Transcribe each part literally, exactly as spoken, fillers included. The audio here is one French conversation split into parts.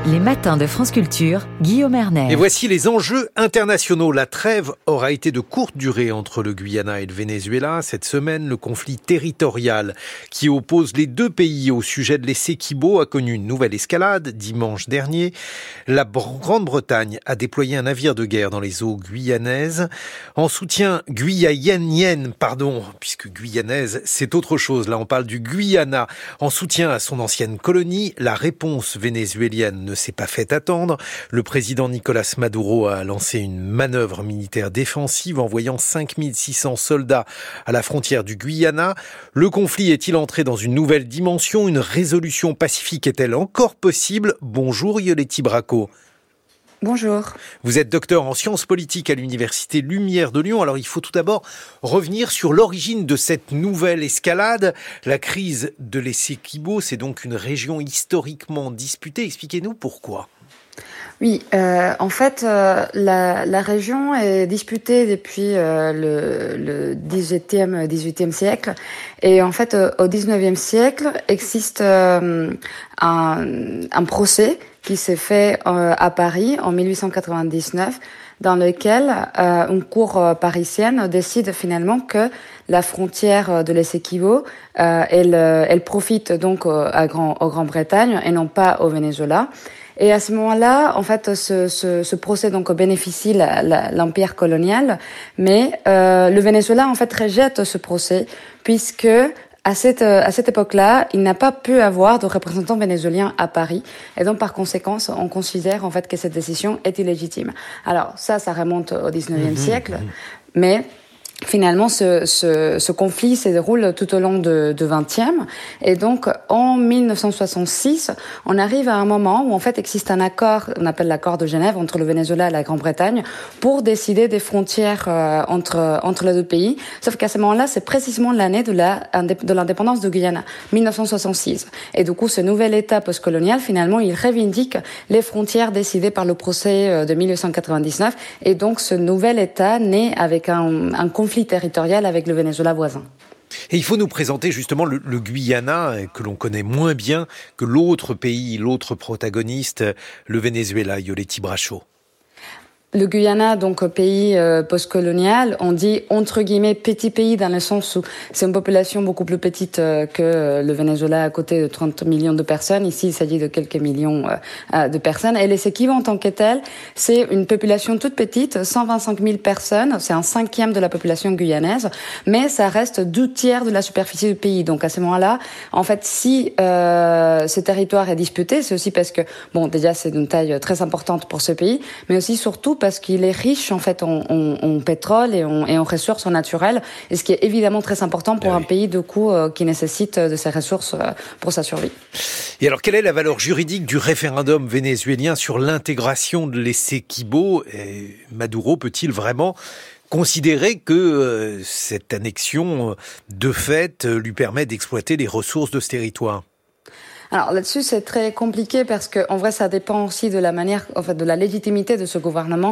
Les matins de France Culture, Guillaume Erner. Et voici les enjeux internationaux. La trêve aura été de courte durée entre le Guyana et le Venezuela. Cette semaine, le conflit territorial qui oppose les deux pays au sujet de l'Essequibo a connu une nouvelle escalade. Dimanche dernier, la Grande-Bretagne a déployé un navire de guerre dans les eaux guyanaises en soutien guyanienne, pardon, puisque guyanaise, c'est autre chose. Là, on parle du Guyana. En soutien à son ancienne colonie, la réponse vénézuélienne ne s'est pas fait attendre. Le président Nicolás Maduro a lancé une manœuvre militaire défensive envoyant cinq mille six cents soldats à la frontière du Guyana. Le conflit est-il entré dans une nouvelle dimension? Une résolution pacifique est-elle encore possible? Bonjour Yoleti Bracco. Bonjour. Vous êtes docteur en sciences politiques à l'Université Lumière de Lyon. Alors il faut tout d'abord revenir sur l'origine de cette nouvelle escalade. La crise de l'Essequibo, c'est donc une région historiquement disputée. Expliquez-nous pourquoi. Oui, euh, en fait, euh, la, la région est disputée depuis euh, le, le dix-huitième, dix-huitième siècle. Et en fait, euh, au dix-neuvième siècle, existe euh, un, un procès qui s'est fait euh, à Paris en mille huit cent quatre-vingt-dix-neuf, dans lequel euh, une cour euh, parisienne décide finalement que la frontière de l'Essequibo, euh, elle, elle profite donc au, à Grand, au Grande-Bretagne et non pas au Venezuela. Et à ce moment-là, en fait, ce, ce, ce procès donc bénéficie la, la, l'empire colonial, mais euh, le Venezuela en fait rejette ce procès puisque à cette à cette époque-là, il n'a pas pu avoir de représentants vénézuéliens à Paris, et donc par conséquent, on considère en fait que cette décision est illégitime. Alors ça, ça remonte au dix-neuvième mmh, siècle, mmh. mais finalement, ce, ce, ce conflit se déroule tout au long de, de vingtième. Et donc, en mille neuf cent soixante-six, on arrive à un moment où, en fait, existe un accord, on appelle l'accord de Genève, entre le Venezuela et la Grande-Bretagne, pour décider des frontières euh, entre, entre les deux pays. Sauf qu'à ce moment-là, c'est précisément l'année de, la, de l'indépendance du Guyana, mille neuf cent soixante-six. Et du coup, ce nouvel État postcolonial, finalement, il revendique les frontières décidées par le procès de mille huit cent quatre-vingt-dix-neuf. Et donc, ce nouvel État naît avec un, un conflit territorial avec le Venezuela voisin. Et il faut nous présenter justement le, le Guyana, que l'on connaît moins bien que l'autre pays, l'autre protagoniste, le Venezuela, Yoleti Bracco. Le Guyana, donc pays euh, postcolonial, on dit entre guillemets petit pays dans le sens où c'est une population beaucoup plus petite euh, que euh, le Venezuela, à côté de trente millions de personnes. Ici, il s'agit de quelques millions euh, de personnes. Et l'Essequibo en tant que tel, c'est une population toute petite, cent vingt-cinq mille personnes. C'est un cinquième de la population guyanaise, mais ça reste deux tiers de la superficie du pays. Donc à ce moment-là, en fait, si euh, ce territoire est disputé, c'est aussi parce que bon, déjà c'est d'une taille très importante pour ce pays, mais aussi surtout parce qu'il est riche en fait en, en, en pétrole et en, et en ressources naturelles, et ce qui est évidemment très important pour oui. un pays de coup euh, qui nécessite de ces ressources euh, pour sa survie. Et alors, quelle est la valeur juridique du référendum vénézuélien sur l'intégration de l'Essequibo? Et Maduro peut-il vraiment considérer que euh, cette annexion, de fait, lui permet d'exploiter les ressources de ce territoire? Alors là-dessus, c'est très compliqué parce que en vrai, ça dépend aussi de la manière, en fait, de la légitimité de ce gouvernement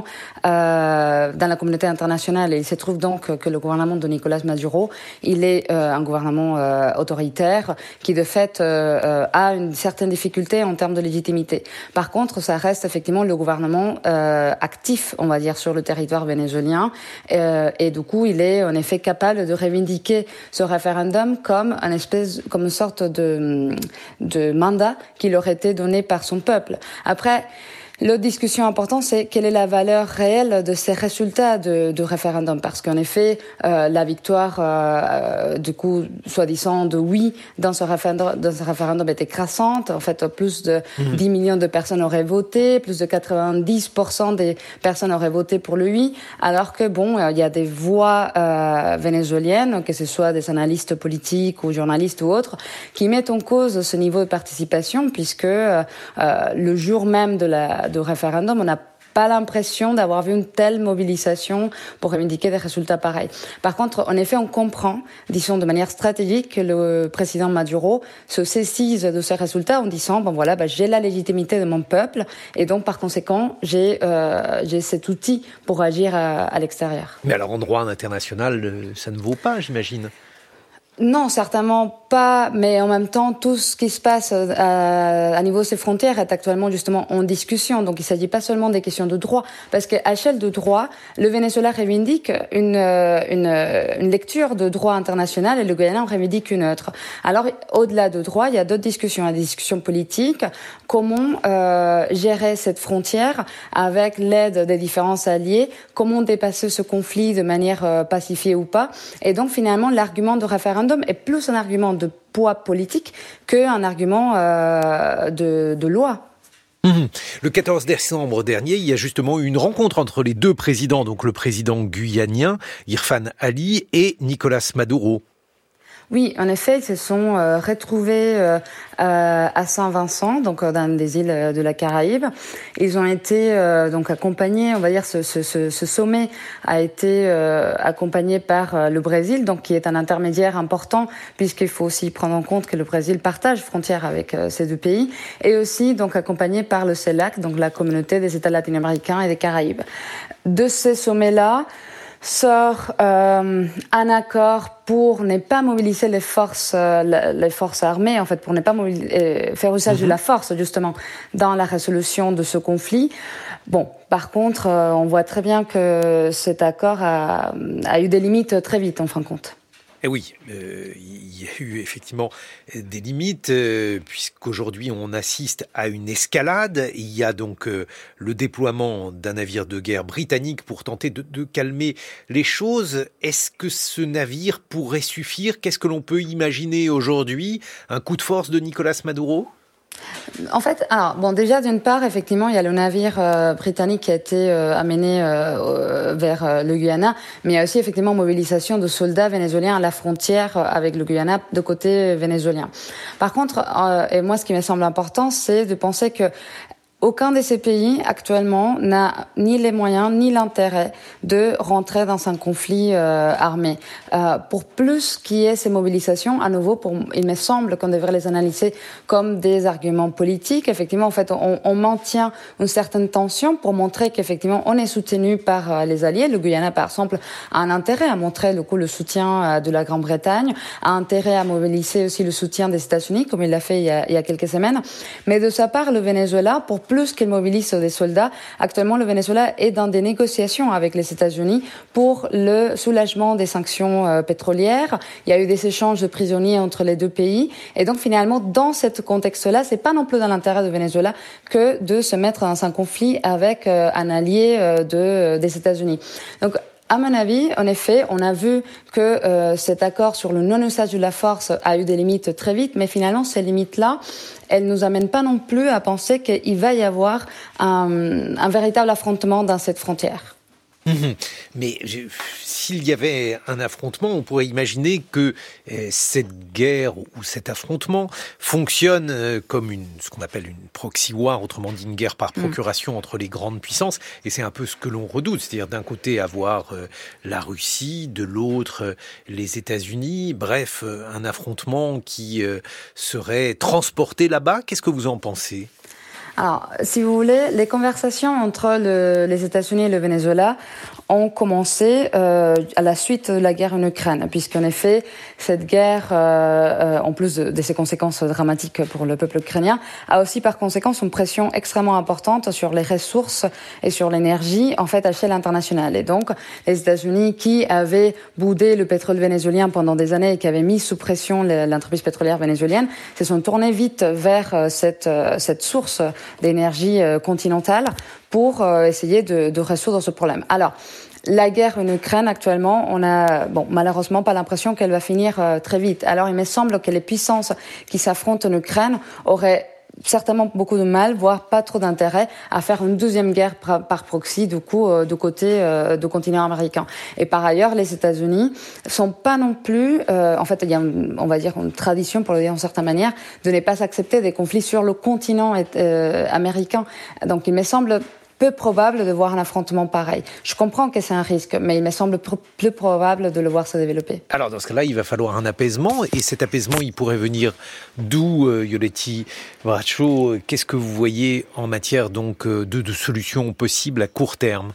euh, dans la communauté internationale. Et il se trouve donc que le gouvernement de Nicolás Maduro, il est euh, un gouvernement euh, autoritaire qui, de fait, euh, a une certaine difficulté en termes de légitimité. Par contre, ça reste effectivement le gouvernement euh, actif, on va dire, sur le territoire vénézuélien. Euh, et du coup, il est en effet capable de revendiquer ce référendum comme une espèce, comme une sorte de, de mandat qui leur était donné par son peuple. Après, l'autre discussion importante, c'est quelle est la valeur réelle de ces résultats de, de référendum, parce qu'en effet, euh, la victoire, euh, du coup, soi-disant de oui dans ce référendum, dans ce référendum est écrasante. En fait, plus de mmh. dix millions de personnes auraient voté, plus de quatre-vingt-dix pour cent des personnes auraient voté pour le oui, alors que bon, il y a des voix euh, vénézuéliennes, que ce soit des analystes politiques ou journalistes ou autres, qui mettent en cause ce niveau de participation, puisque euh, le jour même de la de référendum, on n'a pas l'impression d'avoir vu une telle mobilisation pour revendiquer des résultats pareils. Par contre, en effet, on comprend, disons de manière stratégique, que le président Maduro se saisisse de ces résultats en disant, bon voilà, bah, j'ai la légitimité de mon peuple et donc par conséquent, j'ai, euh, j'ai cet outil pour agir à, à l'extérieur. Mais alors en droit international, ça ne vaut pas, j'imagine. Non, certainement pas, mais en même temps, tout ce qui se passe à, à niveau de ces frontières est actuellement justement en discussion. Donc il ne s'agit pas seulement des questions de droit, parce qu'à échelle de droit, le Venezuela revendique une, une, une lecture de droit international et le Guyana en revendique une autre. Alors, au-delà de droit, il y a d'autres discussions, il y a des discussions politiques. Comment euh, gérer cette frontière avec l'aide des différents alliés? Comment dépasser ce conflit de manière euh, pacifiée ou pas? Et donc finalement, l'argument de référendum est plus un argument de poids politique qu'un argument euh, de, de loi. Mmh. Le quatorze décembre dernier, il y a justement eu une rencontre entre les deux présidents, donc le président guyanien, Irfan Ali, et Nicolás Maduro. Oui, en effet, ils se sont euh, retrouvés euh, à Saint-Vincent, donc euh, dans des îles de la Caraïbe. Ils ont été euh, donc accompagnés, on va dire, ce, ce, ce sommet a été euh, accompagné par euh, le Brésil, donc qui est un intermédiaire important, puisqu'il faut aussi prendre en compte que le Brésil partage frontière avec euh, ces deux pays, et aussi donc accompagné par le CELAC, donc la communauté des États latino-américains et des Caraïbes. De ces sommets-là, sort euh, un accord pour ne pas mobiliser les forces, euh, les forces armées, en fait, pour ne pas mobiliser, faire usage mmh. de la force, justement, dans la résolution de ce conflit. Bon, par contre, euh, on voit très bien que cet accord a, a eu des limites très vite, en fin de compte. Eh oui, euh, il y a eu effectivement des limites, euh, puisqu'aujourd'hui on assiste à une escalade. Il y a donc euh, le déploiement d'un navire de guerre britannique pour tenter de, de calmer les choses. Est-ce que ce navire pourrait suffire? Qu'est-ce que l'on peut imaginer aujourd'hui? Un coup de force de Nicolás Maduro? En fait, alors bon, déjà d'une part, effectivement, il y a le navire euh, britannique qui a été euh, amené euh, vers euh, le Guyana, mais il y a aussi effectivement mobilisation de soldats vénézuéliens à la frontière euh, avec le Guyana de côté vénézuélien. Par contre, euh, et moi, ce qui me semble important, c'est de penser que aucun de ces pays actuellement n'a ni les moyens ni l'intérêt de rentrer dans un conflit euh, armé. Euh, pour plus qu'il y ait ces mobilisations, à nouveau, pour, il me semble qu'on devrait les analyser comme des arguments politiques. Effectivement, en fait, on, on maintient une certaine tension pour montrer qu'effectivement, on est soutenu par euh, les alliés. Le Guyana, par exemple, a un intérêt à montrer le coup le soutien euh, de la Grande-Bretagne, a intérêt à mobiliser aussi le soutien des États-Unis, comme il l'a fait il y a, il y a quelques semaines. Mais de sa part, le Venezuela, pour plus qu'il mobilise des soldats, actuellement le Venezuela est dans des négociations avec les États-Unis pour le soulagement des sanctions euh, pétrolières. Il y a eu des échanges de prisonniers entre les deux pays, et donc finalement dans ce contexte-là, c'est pas non plus dans l'intérêt du Venezuela que de se mettre dans un conflit avec euh, un allié euh, de des États-Unis. Donc à mon avis, en effet, on a vu que euh, cet accord sur le non-usage de la force a eu des limites très vite, mais finalement, ces limites-là, elles nous amènent pas non plus à penser qu'il va y avoir un, un véritable affrontement dans cette frontière. Mmh. Mais je, s'il y avait un affrontement, on pourrait imaginer que euh, cette guerre ou cet affrontement fonctionne euh, comme une, ce qu'on appelle une proxy war, autrement dit une guerre par procuration mmh. entre les grandes puissances. Et c'est un peu ce que l'on redoute, c'est-à-dire d'un côté avoir euh, la Russie, de l'autre euh, les États-Unis. Bref, euh, un affrontement qui euh, serait transporté là-bas. Qu'est-ce que vous en pensez ? Alors, si vous voulez, les conversations entre le, les États-Unis et le Venezuela ont commencé euh, à la suite de la guerre en Ukraine, puisqu'en effet, cette guerre, euh, euh, en plus de, de ses conséquences dramatiques pour le peuple ukrainien, a aussi par conséquence une pression extrêmement importante sur les ressources et sur l'énergie, en fait, à l'échelle internationale. Et donc, les États-Unis, qui avaient boudé le pétrole vénézuélien pendant des années et qui avaient mis sous pression l'entreprise pétrolière vénézuélienne, se sont tournés vite vers cette, cette source d'énergie continentale pour essayer de, de résoudre ce problème. Alors, la guerre en Ukraine actuellement, on a, bon, malheureusement pas l'impression qu'elle va finir euh, très vite. Alors, il me semble que les puissances qui s'affrontent en Ukraine auraient certainement beaucoup de mal, voire pas trop d'intérêt à faire une deuxième guerre par, par proxy, du coup, euh, de côté euh, du continent américain. Et par ailleurs, les États-Unis sont pas non plus, euh, en fait, il y a, une, on va dire, une tradition, pour le dire d'une certaine manière, de ne pas accepter des conflits sur le continent euh, américain. Donc, il me semble peu probable de voir un affrontement pareil. Je comprends que c'est un risque, mais il me semble pr- plus probable de le voir se développer. Alors dans ce cas-là, il va falloir un apaisement, et cet apaisement, il pourrait venir d'où, euh, Yoletti Bracho? Qu'est-ce que vous voyez en matière donc de, de solutions possibles à court terme?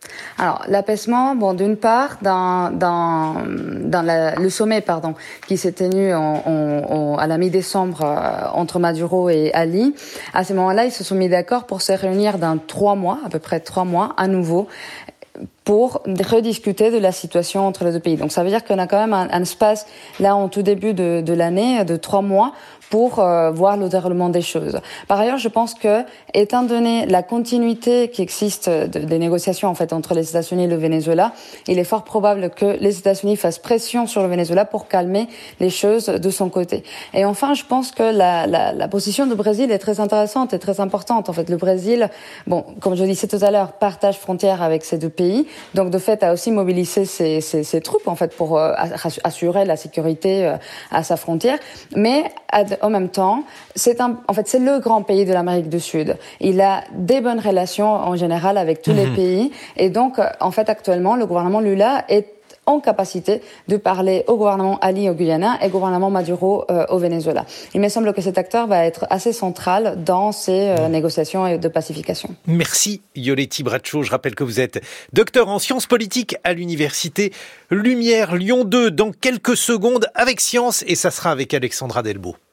Alors, l'apaisement, bon, d'une part, dans, dans, dans la, le sommet, pardon, qui s'est tenu en, en, en, à la mi-décembre euh, entre Maduro et Ali, à ce moment-là, ils se sont mis d'accord pour se réunir dans trois mois, à peu près trois mois, à nouveau, pour rediscuter de la situation entre les deux pays. Donc, ça veut dire qu'on a quand même un, un espace, là, en tout début de, de l'année, de trois mois, pour euh, voir le déroulement des choses. Par ailleurs, je pense que, étant donné la continuité qui existe de, des négociations en fait entre les États-Unis et le Venezuela, il est fort probable que les États-Unis fassent pression sur le Venezuela pour calmer les choses de son côté. Et enfin, je pense que la, la, la position du Brésil est très intéressante et très importante. En fait, le Brésil, bon, comme je disais tout à l'heure, partage frontière avec ces deux pays, donc de fait a aussi mobilisé ses, ses, ses troupes en fait pour euh, assurer la sécurité euh, à sa frontière, mais à en même temps, c'est un, en fait, c'est le grand pays de l'Amérique du Sud. Il a des bonnes relations en général avec tous mmh. les pays. Et donc, en fait, actuellement, le gouvernement Lula est en capacité de parler au gouvernement Ali au Guyana et au gouvernement Maduro euh, au Venezuela. Il me semble que cet acteur va être assez central dans ces euh, négociations de pacification. Merci Yoleti Bracho. Je rappelle que vous êtes docteur en sciences politiques à l'université Lumière Lyon deux. Dans quelques secondes avec Science, et ça sera avec Alexandra Delbo.